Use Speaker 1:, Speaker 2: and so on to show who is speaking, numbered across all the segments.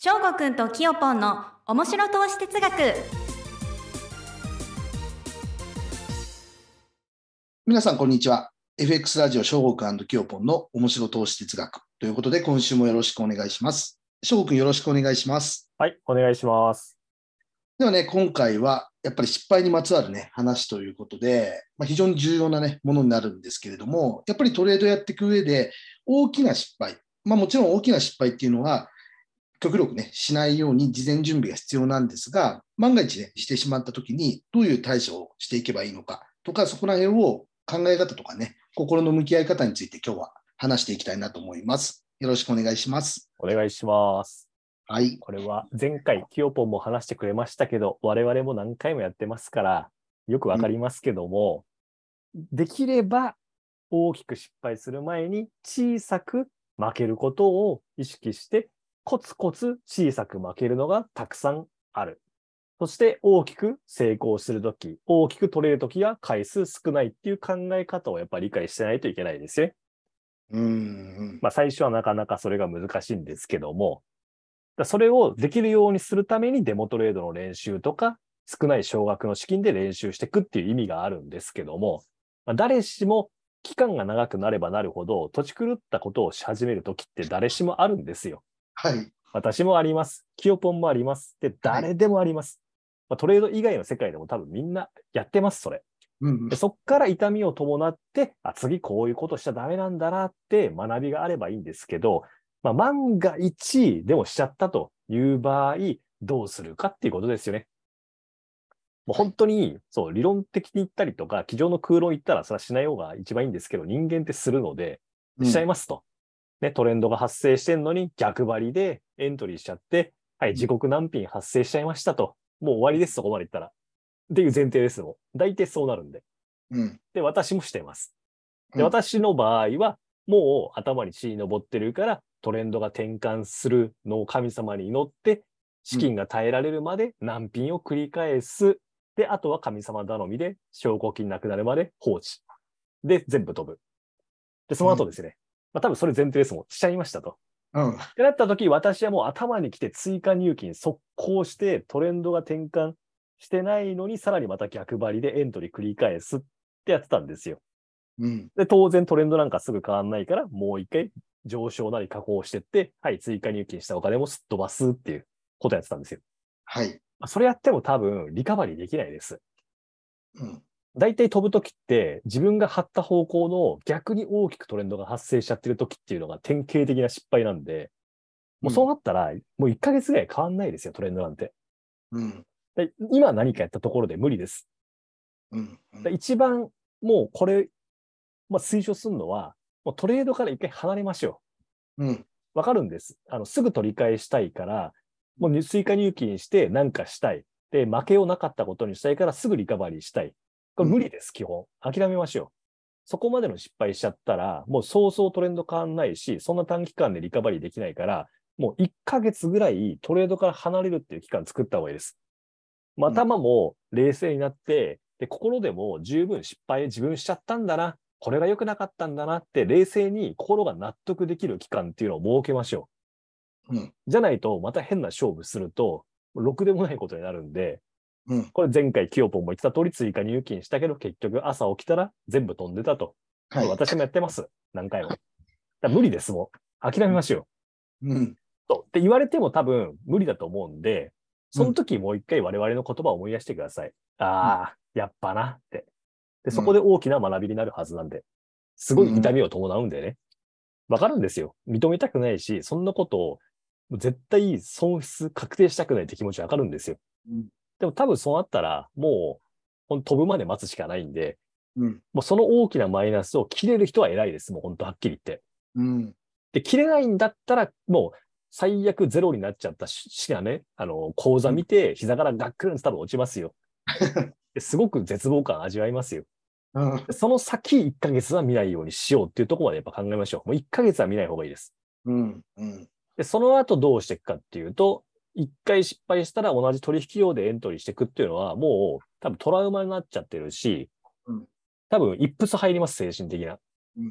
Speaker 1: 翔吾くんときよぽんの面白投資哲学。
Speaker 2: 皆さん、こんにちは。FX ラジオ翔吾くん&きよぽんの面白投資哲学ということで、今週もよろしくお願いします。翔吾くん、よろしくお願いします。
Speaker 3: はい、お願いします。
Speaker 2: ではね、今回はやっぱり失敗にまつわるね、話ということで、非常に重要なね、ものになるんですけれども、やっぱりトレードやっていく上で、大きな失敗、もちろん大きな失敗っていうのは、極力ね、しないように事前準備が必要なんですが、万が一ね、してしまったときに、どういう対処をしていけばいいのかとか、そこら辺を考え方とかね、心の向き合い方について今日は話していきたいなと思います。よろしくお願いします。
Speaker 3: お願いします。
Speaker 2: はい。
Speaker 3: これは前回、きよぽんも話してくれましたけど、我々も何回もやってますから、よくわかりますけども、できれば大きく失敗する前に小さく負けることを意識して、コツコツ小さく負けるのがたくさんある。そして大きく成功するとき、大きく取れるときが回数少ないっていう考え方をやっぱり理解してないといけないですよね。最初はなかなかそれが難しいんですけども、それをできるようにするためにデモトレードの練習とか、少ない少額の資金で練習していくっていう意味があるんですけども、誰しも期間が長くなればなるほど、土地狂ったことをし始めるときって誰しもあるんですよ。
Speaker 2: はい。
Speaker 3: 私もあります。きよぽんもあります。で、誰でもあります。トレード以外の世界でも多分みんなやってます、それ。でそっから痛みを伴って、次こういうことしちゃダメなんだなって学びがあればいいんですけど、万が一でもしちゃったという場合、どうするかっていうことですよね。もう本当に、そう、理論的に言ったりとか、机上の空論言ったら、それはしない方が一番いいんですけど、人間ってするので、しちゃいますと。ね、トレンドが発生してんのに逆張りでエントリーしちゃって、はい、自国難品発生しちゃいましたと。もう終わりです、そこまで言ったら。っていう前提ですもん。大体そうなるんで。で、私もしています。で、私の場合は、もう頭に血登ってるから、トレンドが転換するのを神様に祈って、資金が耐えられるまで難品を繰り返す。で、あとは神様頼みで、証拠金なくなるまで放置。で、全部飛ぶ。で、その後ですね。多分それ前提ですもん。しちゃいましたと。ってなった時、私はもう頭に来て追加入金速攻してトレンドが転換してないのに、さらにまた逆張りでエントリー繰り返すってやってたんですよ。で、当然トレンドなんかすぐ変わんないから、もう一回上昇なり下降してって、はい、追加入金したお金もすっ飛ばすっていうことやってたんですよ。
Speaker 2: はい。
Speaker 3: それやっても多分リカバリーできないです。大体飛ぶときって自分が張った方向の逆に大きくトレンドが発生しちゃってるときっていうのが典型的な失敗なんで、もうそうなったらもう1ヶ月ぐらい変わんないですよ、トレンドなんて。で今何かやったところで無理です。一番もうこれ、推奨するのは、もうトレードから一回離れましょう。わかるんです。すぐ取り返したいから、もう追加入金して何かしたい。で、負けをなかったことにしたいからすぐリカバリーしたい。これ無理です、基本。諦めましょう。そこまでの失敗しちゃったら、もう早々トレンド変わんないし、そんな短期間でリカバリーできないから、もう1ヶ月ぐらいトレードから離れるっていう期間作った方がいいです。頭も冷静になって、で、心でも十分失敗自分しちゃったんだな。これが良くなかったんだなって、冷静に心が納得できる期間っていうのを設けましょう。じゃないと、また変な勝負すると、ろくでもないことになるんで、これ前回、キヨポンも言ってた通り追加入金したけど、結局朝起きたら全部飛んでたと。私もやってます。何回も。無理ですもん。諦めましょう。って言われても多分無理だと思うんで、その時もう一回我々の言葉を思い出してください。やっぱなって。で、そこで大きな学びになるはずなんで、すごい痛みを伴うんでね。わかるんですよ。認めたくないし、そんなことを絶対損失確定したくないって気持ちわかるんですよ。でも多分そうなったら、もう飛ぶまで待つしかないんで、もうその大きなマイナスを切れる人は偉いです。もう本当はっきり言って。で、切れないんだったら、もう最悪ゼロになっちゃったしがね、口座見て膝からガックルンって多分落ちますよ。すごく絶望感味わいますよ。その先1ヶ月は見ないようにしようっていうところまでやっぱ考えましょう。もう1ヶ月は見ない方がいいです。で、その後どうしていくかっていうと、1回失敗したら同じ取引用でエントリーしていくっていうのは、もう多分トラウマになっちゃってるし、多分一筆入ります、精神的な。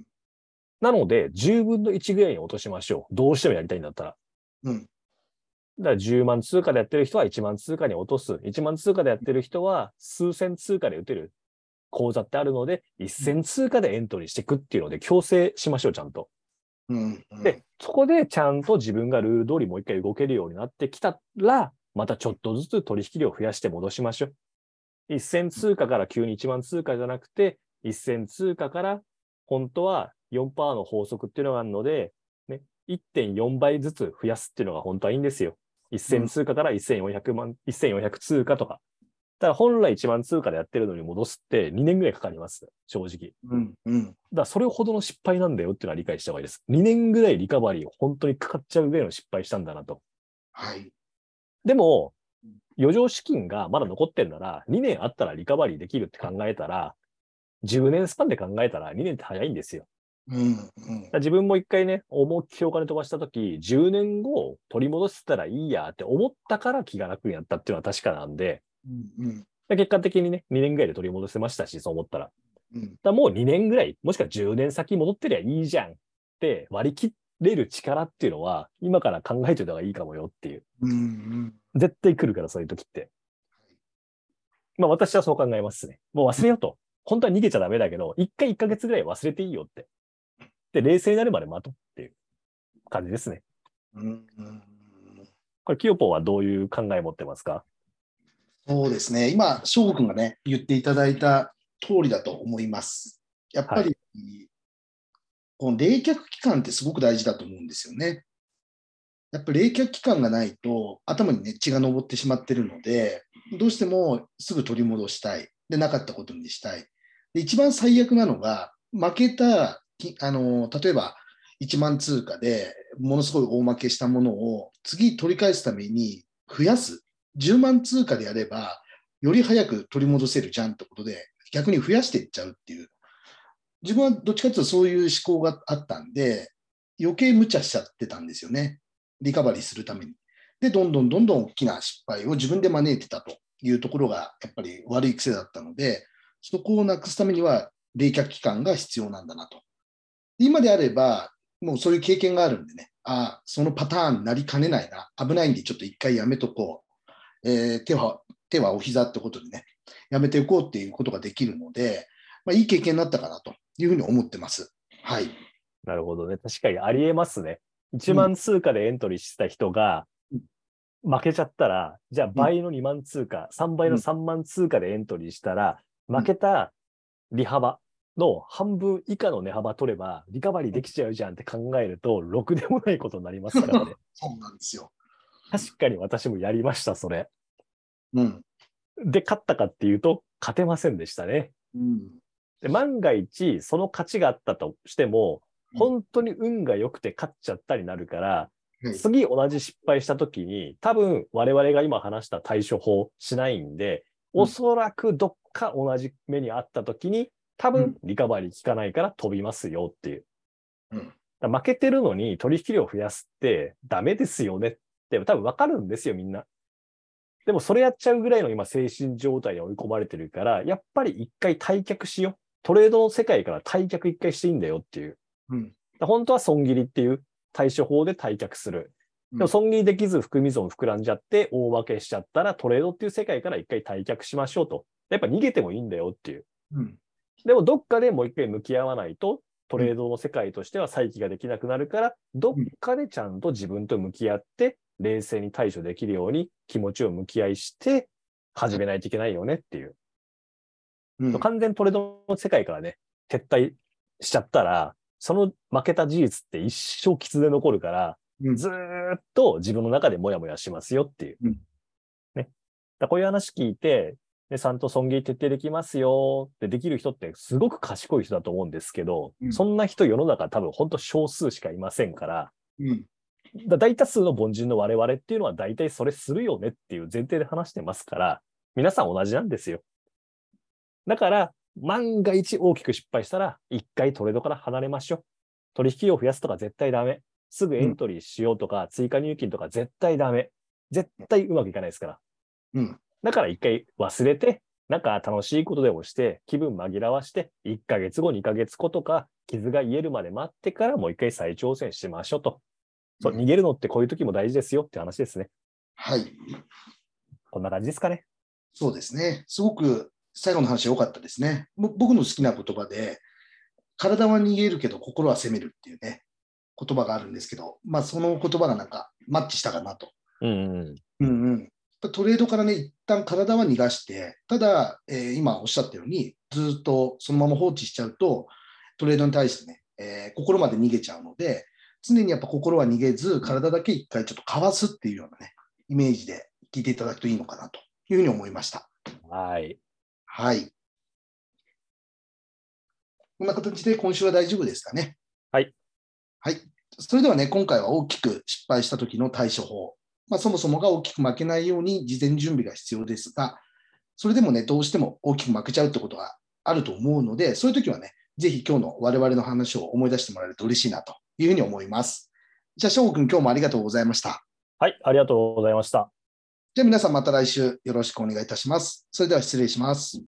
Speaker 3: なので、10分の1ぐらいに落としましょう。どうしてもやりたいんだったら。 だから10万通貨でやってる人は1万通貨に落とす。1万通貨でやってる人は数千通貨で打てる口座ってあるので、1000通貨でエントリーしていくっていうので強制しましょう、ちゃんと。で、そこでちゃんと自分がルール通りもう一回動けるようになってきたら、またちょっとずつ取引量を増やして戻しましょう。1000通貨から急に1万通貨じゃなくて、1000通貨から本当は 4% の法則っていうのがあるので、ね、1.4 倍ずつ増やすっていうのが本当はいいんですよ。1000通貨から1400通貨とか。ただ本来1万通貨でやってるのに戻すって2年ぐらいかかります。正直。だからそれほどの失敗なんだよっていうのは理解した方がいいです。2年ぐらいリカバリー本当にかかっちゃうぐらいの失敗したんだなと。
Speaker 2: はい。
Speaker 3: でも、余剰資金がまだ残ってるなら、2年あったらリカバリーできるって考えたら、10年スパンで考えたら2年って早いんですよ。自分も一回ね、思いっきりお金飛ばしたとき、10年後取り戻せたらいいやって思ったから気が楽になったっていうのは確かなんで、結果的にね、2年ぐらいで取り戻せましたし、そう思ったら。だもう2年ぐらい、もしくは10年先戻ってりゃいいじゃんって割り切れる力っていうのは、今から考えておいた方がいいかもよっていう。絶対来るから、そういう時って。まあ私はそう考えますね。もう忘れようと。本当は逃げちゃダメだけど、1回1ヶ月ぐらい忘れていいよって。で、冷静になるまで待とうっていう感じですね。これ、キヨポンはどういう考え持ってますか？
Speaker 2: そうですね。今、翔吾君がね、言っていただいた通りだと思います。やっぱり、この冷却期間ってすごく大事だと思うんですよね。やっぱり冷却期間がないと頭にね、血が上ってしまってるので、どうしてもすぐ取り戻したい。で、なかったことにしたい。で、一番最悪なのが、負けた、例えば1万通貨でものすごい大負けしたものを次取り返すために増やす。10万通貨でやれば、より早く取り戻せるじゃんってことで、逆に増やしていっちゃうっていう。自分はどっちかというとそういう思考があったんで、余計無茶しちゃってたんですよね。リカバリーするために。で、どんどんどんどん大きな失敗を自分で招いてたというところが、やっぱり悪い癖だったので、そこをなくすためには冷却期間が必要なんだなと。今であれば、もうそういう経験があるんでね、そのパターンになりかねないな、危ないんでちょっと一回やめとこう。手はお膝ってことでね、やめておこうっていうことができるので、いい経験になったかなというふうに思ってます。はい。
Speaker 3: なるほどね。確かにありえますね。1万通貨でエントリーしてた人が負けちゃったら、じゃあ倍の2万通貨、3倍の3万通貨でエントリーしたら、負けた利幅の半分以下の値幅取れば、リカバリーできちゃうじゃんって考えると、ろくでもないことになりますからね。
Speaker 2: そうなんですよ。
Speaker 3: 確かに私もやりました、それ。で、勝ったかっていうと、勝てませんでしたね。で万が一、その勝ちがあったとしても、本当に運が良くて勝っちゃったりなるから、次同じ失敗した時に、多分我々が今話した対処法しないんで、おそらくどっか同じ目にあった時に、多分リカバリー効かないから飛びますよっていう。負けてるのに取引量増やすってダメですよねって多分わかるんですよ、みんな。でもそれやっちゃうぐらいの今精神状態に追い込まれてるから、やっぱり一回退却しよう。トレードの世界から退却一回していいんだよっていう。本当は損切りっていう対処法で退却する。でも損切りできず含み損膨らんじゃって大負けしちゃったらトレードっていう世界から一回退却しましょうと。やっぱ逃げてもいいんだよっていう。でもどっかでもう一回向き合わないとトレードの世界としては再起ができなくなるから、どっかでちゃんと自分と向き合って冷静に対処できるように気持ちを向き合いして始めないといけないよねっていう。完全トレードの世界からね、撤退しちゃったら、その負けた事実って一生傷で残るから、ずーっと自分の中でモヤモヤしますよっていう。ね。だこういう話聞いて、で、ちゃんと損切り徹底できますよってできる人ってすごく賢い人だと思うんですけど、そんな人世の中多分本当少数しかいませんから、大多数の凡人の我々っていうのは大体それするよねっていう前提で話してますから、皆さん同じなんですよ。だから、万が一大きく失敗したら、一回トレードから離れましょう。取引を増やすとか絶対ダメ。すぐエントリーしようとか、追加入金とか絶対ダメ。絶対うまくいかないですから。だから一回忘れて、なんか楽しいことでもして、気分紛らわして、1ヶ月後、2ヶ月後とか、傷が癒えるまで待ってからもう一回再挑戦しましょうと。そう、逃げるのってこういう時も大事ですよって話ですね。
Speaker 2: はい。
Speaker 3: こんな感じですかね。
Speaker 2: そうですね。すごく最後の話良かったですね。僕の好きな言葉で、体は逃げるけど心は攻めるっていうね、言葉があるんですけど、その言葉がなんかマッチしたかなと。うんうん。トレードからね、一旦体は逃がして、ただ、今おっしゃったように、ずっとそのまま放置しちゃうと、トレードに対してね、心まで逃げちゃうので、常にやっぱ心は逃げず、体だけ一回ちょっとかわすっていうようなね、イメージで聞いていただくといいのかなというふうに思いました。
Speaker 3: はい。
Speaker 2: はい。こんな形で今週は大丈夫ですかね。
Speaker 3: はい。
Speaker 2: はい。それではね、今回は大きく失敗した時の対処法。そもそもが大きく負けないように事前準備が必要ですが、それでもね、どうしても大きく負けちゃうってことがあると思うので、そういう時はね、ぜひ今日の我々の話を思い出してもらえると嬉しいなというふうに思います。じゃあ、翔吾くん、今日もありがとうございました。
Speaker 3: はい、ありがとうございました。
Speaker 2: じゃあ皆さんまた来週よろしくお願いいたします。それでは失礼します。